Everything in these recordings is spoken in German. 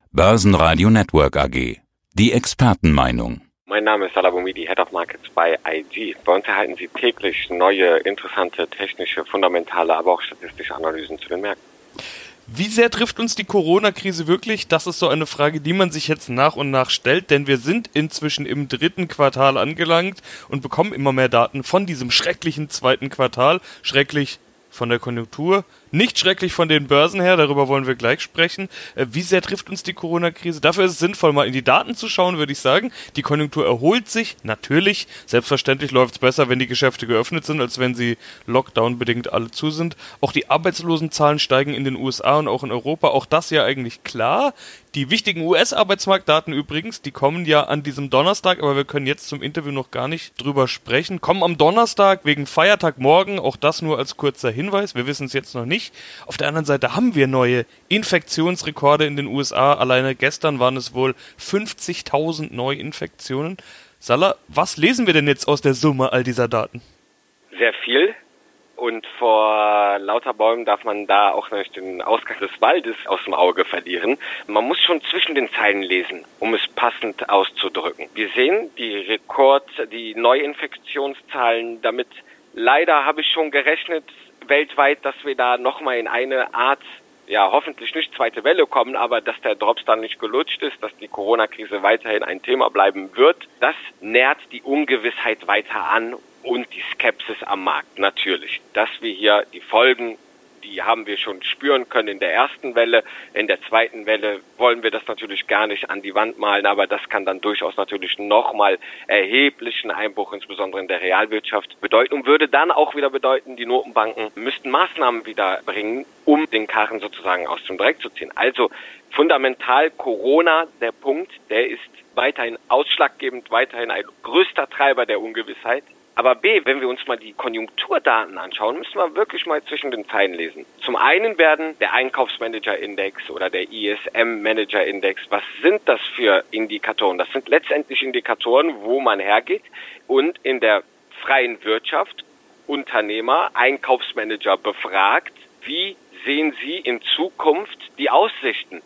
Börsenradio Network AG. Die Expertenmeinung. Mein Name ist Salah Boumidi, Head of Markets bei IG. Bei uns erhalten Sie täglich neue, interessante, technische, fundamentale, aber auch statistische Analysen zu den Märkten. Wie sehr trifft uns die Corona-Krise wirklich? Das ist so eine Frage, die man sich jetzt nach und nach stellt, denn wir sind inzwischen im 3. Quartal angelangt und bekommen immer mehr Daten von diesem schrecklichen 2. Quartal. Schrecklich von der Konjunktur, nicht schrecklich von den Börsen her, darüber wollen wir gleich sprechen. Wie sehr trifft uns die Corona-Krise? Dafür ist es sinnvoll, mal in die Daten zu schauen, würde ich sagen. Die Konjunktur erholt sich, natürlich. Selbstverständlich läuft es besser, wenn die Geschäfte geöffnet sind, als wenn sie Lockdown-bedingt alle zu sind. Auch die Arbeitslosenzahlen steigen in den USA und auch in Europa. Auch das ja eigentlich klar. Die wichtigen US-Arbeitsmarktdaten übrigens, die kommen ja an diesem Donnerstag, aber wir können jetzt zum Interview noch gar nicht drüber sprechen. Kommen am Donnerstag wegen Feiertag morgen, auch das nur als kurzer Hinweis. Wir wissen es jetzt noch nicht. Auf der anderen Seite haben wir neue Infektionsrekorde in den USA. Alleine gestern waren es wohl 50.000 Neuinfektionen. Salah, was lesen wir denn jetzt aus der Summe all dieser Daten? Sehr viel. Und vor lauter Bäumen darf man da auch nicht den Ausgang des Waldes aus dem Auge verlieren. Man muss schon zwischen den Zeilen lesen, um es passend auszudrücken. Wir sehen die Neuinfektionszahlen. Damit leider habe ich schon gerechnet, weltweit, dass wir da nochmal in eine Art, ja hoffentlich nicht zweite Welle kommen, aber dass der Drops dann nicht gelutscht ist, dass die Corona-Krise weiterhin ein Thema bleiben wird. Das nährt die Ungewissheit weiter an und die Skepsis am Markt natürlich. Dass wir hier die Folgen, die haben wir schon spüren können in der ersten Welle. In der zweiten Welle wollen wir das natürlich gar nicht an die Wand malen, aber das kann dann durchaus natürlich nochmal erheblichen Einbruch, insbesondere in der Realwirtschaft, bedeuten und würde dann auch wieder bedeuten, die Notenbanken müssten Maßnahmen wieder bringen, um den Karren sozusagen aus dem Dreck zu ziehen. Also fundamental Corona, der Punkt, der ist weiterhin ausschlaggebend, weiterhin ein größter Treiber der Ungewissheit. Aber B, wenn wir uns mal die Konjunkturdaten anschauen, müssen wir wirklich mal zwischen den Zeilen lesen. Zum einen werden der Einkaufsmanager-Index oder der ISM-Manager-Index, was sind das für Indikatoren? Das sind letztendlich Indikatoren, wo man hergeht und in der freien Wirtschaft Unternehmer, Einkaufsmanager befragt, wie sehen sie in Zukunft die Aussichten?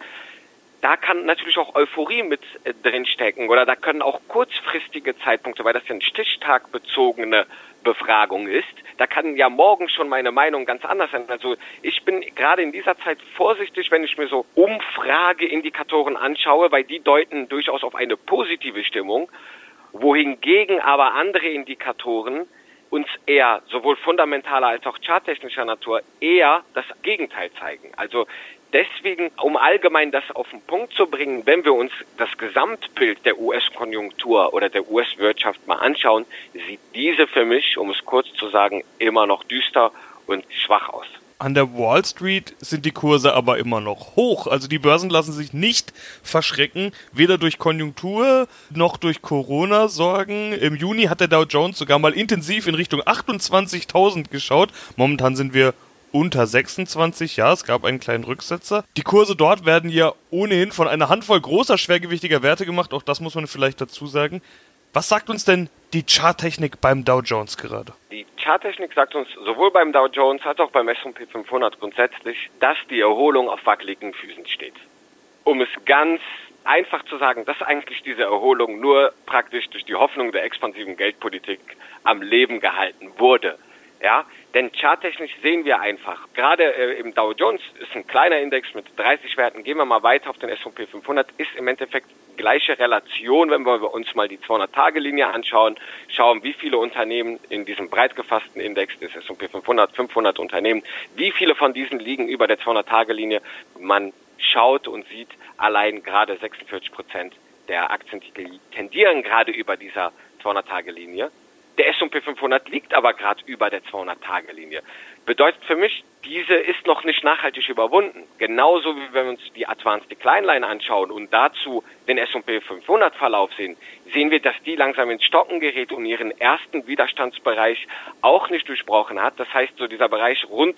Da kann natürlich auch Euphorie mit drinstecken oder da können auch kurzfristige Zeitpunkte, weil das ja eine stichtagbezogene Befragung ist, da kann ja morgen schon meine Meinung ganz anders sein. Also ich bin gerade in dieser Zeit vorsichtig, wenn ich mir so Umfrageindikatoren anschaue, weil die deuten durchaus auf eine positive Stimmung, wohingegen aber andere Indikatoren uns eher sowohl fundamentaler als auch charttechnischer Natur eher das Gegenteil zeigen. Also deswegen, um allgemein das auf den Punkt zu bringen, wenn wir uns das Gesamtbild der US-Konjunktur oder der US-Wirtschaft mal anschauen, sieht diese für mich, um es kurz zu sagen, immer noch düster und schwach aus. An der Wall Street sind die Kurse aber immer noch hoch. Also die Börsen lassen sich nicht verschrecken, weder durch Konjunktur noch durch Corona-Sorgen. Im Juni hat der Dow Jones sogar mal intensiv in Richtung 28.000 geschaut. Momentan sind wir unter 26, ja, es gab einen kleinen Rücksetzer. Die Kurse dort werden ja ohnehin von einer Handvoll großer, schwergewichtiger Werte gemacht, auch das muss man vielleicht dazu sagen. Was sagt uns denn die Charttechnik beim Dow Jones gerade? Die Charttechnik sagt uns sowohl beim Dow Jones als auch beim S&P 500 grundsätzlich, dass die Erholung auf wackeligen Füßen steht. Um es ganz einfach zu sagen, dass eigentlich diese Erholung nur praktisch durch die Hoffnung der expansiven Geldpolitik am Leben gehalten wurde. Ja, denn charttechnisch sehen wir einfach, gerade im Dow Jones ist ein kleiner Index mit 30 Werten, gehen wir mal weiter auf den S&P 500, ist im Endeffekt gleiche Relation, wenn wir uns mal die 200-Tage-Linie anschauen, schauen, wie viele Unternehmen in diesem breit gefassten Index des S&P 500 Unternehmen, wie viele von diesen liegen über der 200-Tage-Linie. Man schaut und sieht allein gerade 46% der Aktientitel tendieren gerade über dieser 200-Tage-Linie. Der S&P 500 liegt aber gerade über der 200-Tage-Linie. Bedeutet für mich, diese ist noch nicht nachhaltig überwunden. Genauso wie wenn wir uns die Advanced Decline Line anschauen und dazu den S&P 500 Verlauf sehen, sehen wir, dass die langsam ins Stocken gerät und ihren ersten Widerstandsbereich auch nicht durchbrochen hat. Das heißt, so dieser Bereich rund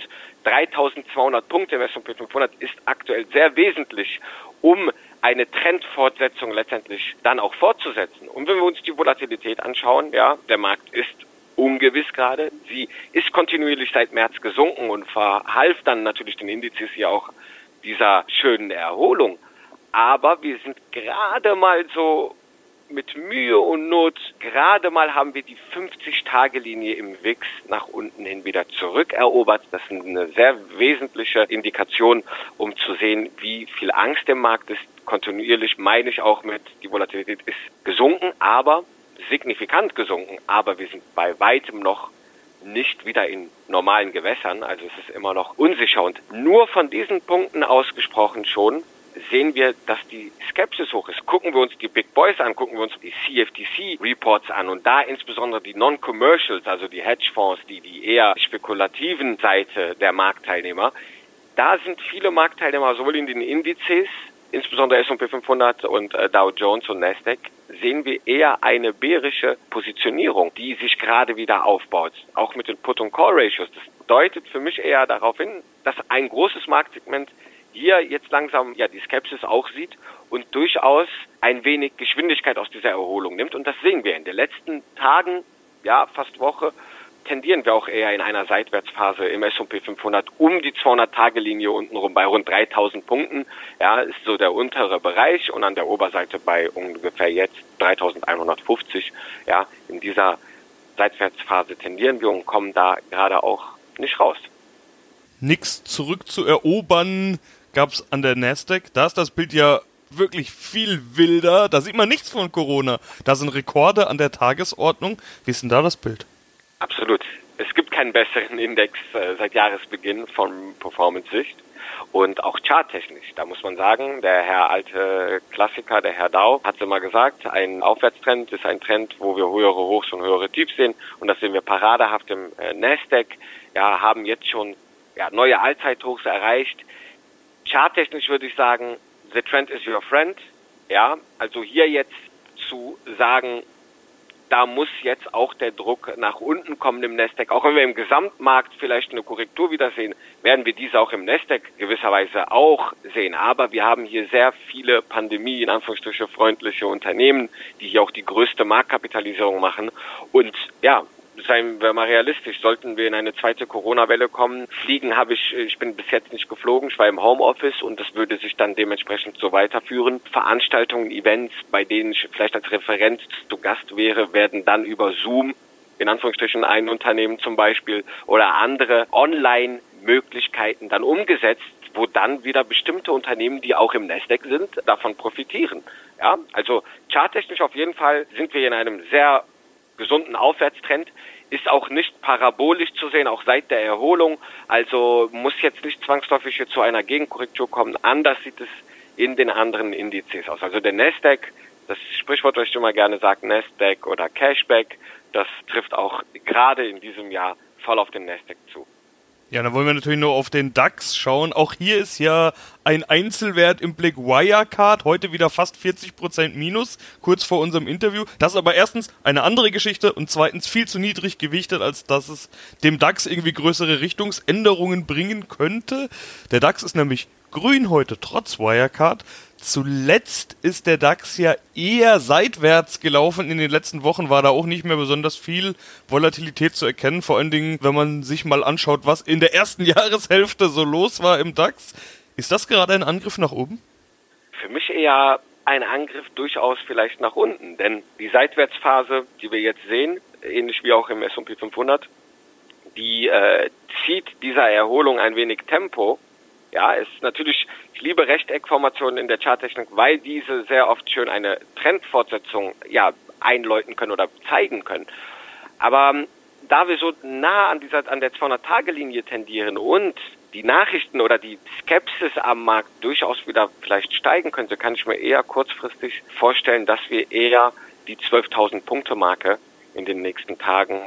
3.200 Punkte im S&P 500 ist aktuell sehr wesentlich, um eine Trendfortsetzung letztendlich dann auch fortzusetzen. Und wenn wir uns die Volatilität anschauen, ja, der Markt ist ungewiss gerade. Sie ist kontinuierlich seit März gesunken und verhalf dann natürlich den Indizes hier auch dieser schönen Erholung. aber wir sind gerade mal so mit Mühe und Not, gerade mal haben wir die 50-Tage-Linie im WIX nach unten hin wieder zurückerobert. Das ist eine sehr wesentliche Indikation, um zu sehen, wie viel Angst im Markt ist. Kontinuierlich meine ich auch mit, die Volatilität ist gesunken, aber signifikant gesunken. Aber wir sind bei weitem noch nicht wieder in normalen Gewässern. Also es ist immer noch unsicher. Und nur von diesen Punkten ausgesprochen schon sehen wir, dass die Skepsis hoch ist. Gucken wir uns die Big Boys an, gucken wir uns die CFTC-Reports an und da insbesondere die Non-Commercials, also die Hedgefonds, die eher spekulativen Seite der Marktteilnehmer. Da sind viele Marktteilnehmer sowohl in den Indizes, insbesondere S&P 500 und Dow Jones und Nasdaq, sehen wir eher eine bärische Positionierung, die sich gerade wieder aufbaut. Auch mit den Put- und Call-Ratios. Das deutet für mich eher darauf hin, dass ein großes Marktsegment hier jetzt langsam die Skepsis auch sieht und durchaus ein wenig Geschwindigkeit aus dieser Erholung nimmt. Und das sehen wir in den letzten Tagen, fast Woche, tendieren wir auch eher in einer Seitwärtsphase im S&P 500 um die 200-Tage-Linie untenrum bei rund 3.000 Punkten. Ja, ist so der untere Bereich und an der Oberseite bei ungefähr jetzt 3.150. Ja, in dieser Seitwärtsphase tendieren wir und kommen da gerade auch nicht raus. Nix zurückzuerobern gab's an der Nasdaq. Da ist das Bild ja wirklich viel wilder. Da sieht man nichts von Corona. Da sind Rekorde an der Tagesordnung. Wie ist denn da das Bild? Absolut. Es gibt keinen besseren Index seit Jahresbeginn von Performance-Sicht und auch charttechnisch. Da muss man sagen, der Herr alte Klassiker, der Herr Dow, hat es immer gesagt, ein Aufwärtstrend ist ein Trend, wo wir höhere Hochs und höhere Tiefs sehen und das sehen wir paradehaft im Nasdaq. Ja, haben jetzt schon neue Allzeithochs erreicht. Charttechnisch würde ich sagen, the trend is your friend. Ja, also hier jetzt zu sagen, da muss jetzt auch der Druck nach unten kommen im Nasdaq. Auch wenn wir im Gesamtmarkt vielleicht eine Korrektur wiedersehen, werden wir diese auch im Nasdaq gewisserweise auch sehen. Aber wir haben hier sehr viele Pandemie, in Anführungsstrichen freundliche Unternehmen, die hier auch die größte Marktkapitalisierung machen. Und seien wir mal realistisch, sollten wir in eine zweite Corona-Welle kommen. Fliegen ich bin bis jetzt nicht geflogen, ich war im Homeoffice und das würde sich dann dementsprechend so weiterführen. Veranstaltungen, Events, bei denen ich vielleicht als Referent zu Gast wäre, werden dann über Zoom, in Anführungsstrichen ein Unternehmen zum Beispiel, oder andere Online-Möglichkeiten dann umgesetzt, wo dann wieder bestimmte Unternehmen, die auch im Nasdaq sind, davon profitieren. Ja, also charttechnisch auf jeden Fall sind wir in einem sehr gesunden Aufwärtstrend, ist auch nicht parabolisch zu sehen, auch seit der Erholung. Also muss jetzt nicht zwangsläufig zu einer Gegenkorrektur kommen. Anders sieht es in den anderen Indizes aus. Also der Nasdaq, das Sprichwort, was ich immer gerne sage, Nasdaq oder Cashback, das trifft auch gerade in diesem Jahr voll auf den Nasdaq zu. Ja, dann wollen wir natürlich nur auf den DAX schauen. Auch hier ist ja ein Einzelwert im Blick, Wirecard, heute wieder fast 40% minus, kurz vor unserem Interview. Das ist aber erstens eine andere Geschichte und zweitens viel zu niedrig gewichtet, als dass es dem DAX irgendwie größere Richtungsänderungen bringen könnte. Der DAX ist nämlich grün heute, trotz Wirecard. Zuletzt ist der DAX ja eher seitwärts gelaufen. In den letzten Wochen war da auch nicht mehr besonders viel Volatilität zu erkennen. Vor allen Dingen, wenn man sich mal anschaut, was in der ersten Jahreshälfte so los war im DAX. Ist das gerade ein Angriff nach oben? Für mich eher ein Angriff durchaus vielleicht nach unten. Denn die Seitwärtsphase, die wir jetzt sehen, ähnlich wie auch im S&P 500, die zieht dieser Erholung ein wenig Tempo. Ja, ist natürlich, ich liebe Rechteckformationen in der Charttechnik, weil diese sehr oft schön eine Trendfortsetzung einläuten können oder zeigen können. Aber da wir so nah an der 200-Tage-Linie tendieren und die Nachrichten oder die Skepsis am Markt durchaus wieder vielleicht steigen könnte, kann ich mir eher kurzfristig vorstellen, dass wir eher die 12.000-Punkte-Marke in den nächsten Tagen,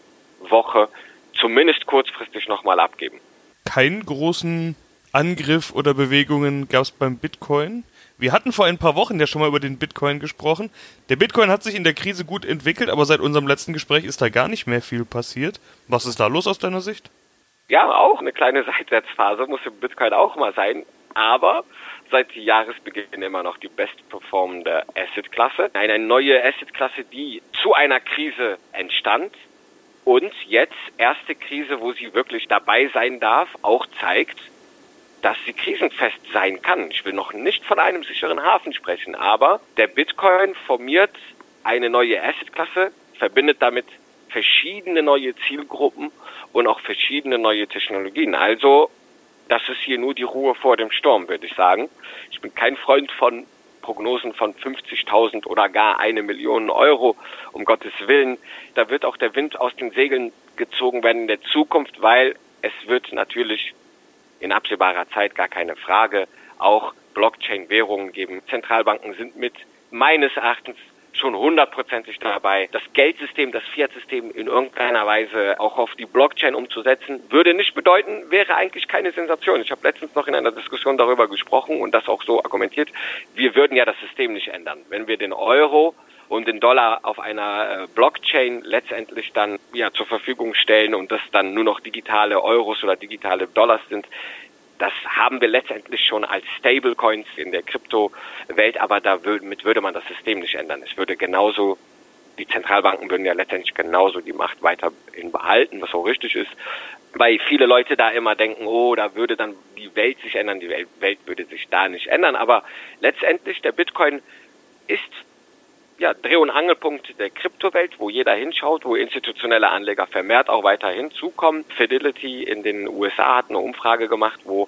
Woche, zumindest kurzfristig nochmal abgeben. Keinen großen Angriff oder Bewegungen gab es beim Bitcoin. Wir hatten vor ein paar Wochen ja schon mal über den Bitcoin gesprochen. Der Bitcoin hat sich in der Krise gut entwickelt, aber seit unserem letzten Gespräch ist da gar nicht mehr viel passiert. Was ist da los aus deiner Sicht? Ja, auch eine kleine Seitwärtsphase muss im Bitcoin auch mal sein, aber seit Jahresbeginn immer noch die bestperformende Assetklasse. Eine neue Assetklasse, die zu einer Krise entstand und jetzt erste Krise, wo sie wirklich dabei sein darf, auch zeigt, dass sie krisenfest sein kann. Ich will noch nicht von einem sicheren Hafen sprechen, aber der Bitcoin formiert eine neue Assetklasse, verbindet damit verschiedene neue Zielgruppen und auch verschiedene neue Technologien. Also, das ist hier nur die Ruhe vor dem Sturm, würde ich sagen. Ich bin kein Freund von Prognosen von 50.000 oder gar 1 Million Euro, um Gottes Willen. Da wird auch der Wind aus den Segeln gezogen werden in der Zukunft, weil es wird natürlich in absehbarer Zeit, gar keine Frage, auch Blockchain-Währungen geben. Zentralbanken sind mit meines Erachtens schon 100%ig dabei, das Geldsystem, das Fiat-System in irgendeiner Weise auch auf die Blockchain umzusetzen. Würde nicht bedeuten, wäre eigentlich keine Sensation. Ich habe letztens noch in einer Diskussion darüber gesprochen und das auch so argumentiert. Wir würden ja das System nicht ändern. Wenn wir den Euro und den Dollar auf einer Blockchain letztendlich dann zur Verfügung stellen und das dann nur noch digitale Euros oder digitale Dollars sind, das haben wir letztendlich schon als Stablecoins in der Kryptowelt, aber damit würde man das System nicht ändern. Es würde genauso, die Zentralbanken würden ja letztendlich genauso die Macht weiterhin behalten, was auch richtig ist, weil viele Leute da immer denken, da würde dann die Welt sich ändern, die Welt würde sich da nicht ändern, aber letztendlich der Bitcoin ist Dreh- und Angelpunkt der Kryptowelt, wo jeder hinschaut, wo institutionelle Anleger vermehrt auch weiter hinzukommen. Fidelity in den USA hat eine Umfrage gemacht, wo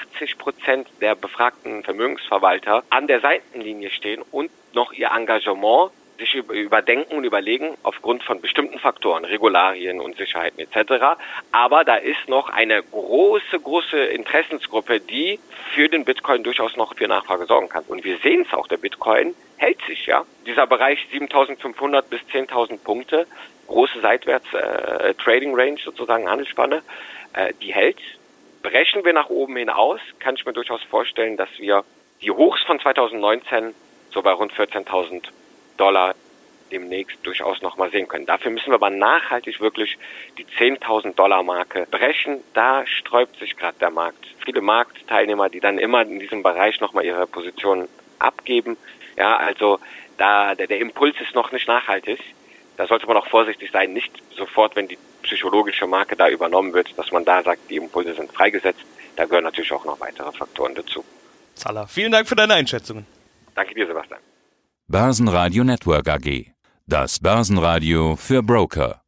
80% der befragten Vermögensverwalter an der Seitenlinie stehen und noch ihr Engagement sich überdenken und überlegen aufgrund von bestimmten Faktoren, Regularien und Sicherheiten etc. Aber da ist noch eine große Interessensgruppe, die für den Bitcoin durchaus noch für Nachfrage sorgen kann. Und wir sehen es auch, der Bitcoin hält sich, Dieser Bereich 7.500 bis 10.000 Punkte, große seitwärts Trading Range sozusagen, Handelsspanne, die hält. Brechen wir nach oben hin aus, kann ich mir durchaus vorstellen, dass wir die Hochs von 2019 so bei rund 14.000 Dollar demnächst durchaus nochmal sehen können. Dafür müssen wir aber nachhaltig wirklich die 10.000 Dollar Marke brechen. Da sträubt sich gerade der Markt. Viele Marktteilnehmer, die dann immer in diesem Bereich nochmal ihre Positionen abgeben. Also der Impuls ist noch nicht nachhaltig. Da sollte man auch vorsichtig sein, nicht sofort, wenn die psychologische Marke da übernommen wird, dass man da sagt, die Impulse sind freigesetzt. Da gehören natürlich auch noch weitere Faktoren dazu. Zahler, vielen Dank für deine Einschätzungen. Danke dir, Sebastian. Börsenradio Network AG. Das Börsenradio für Broker.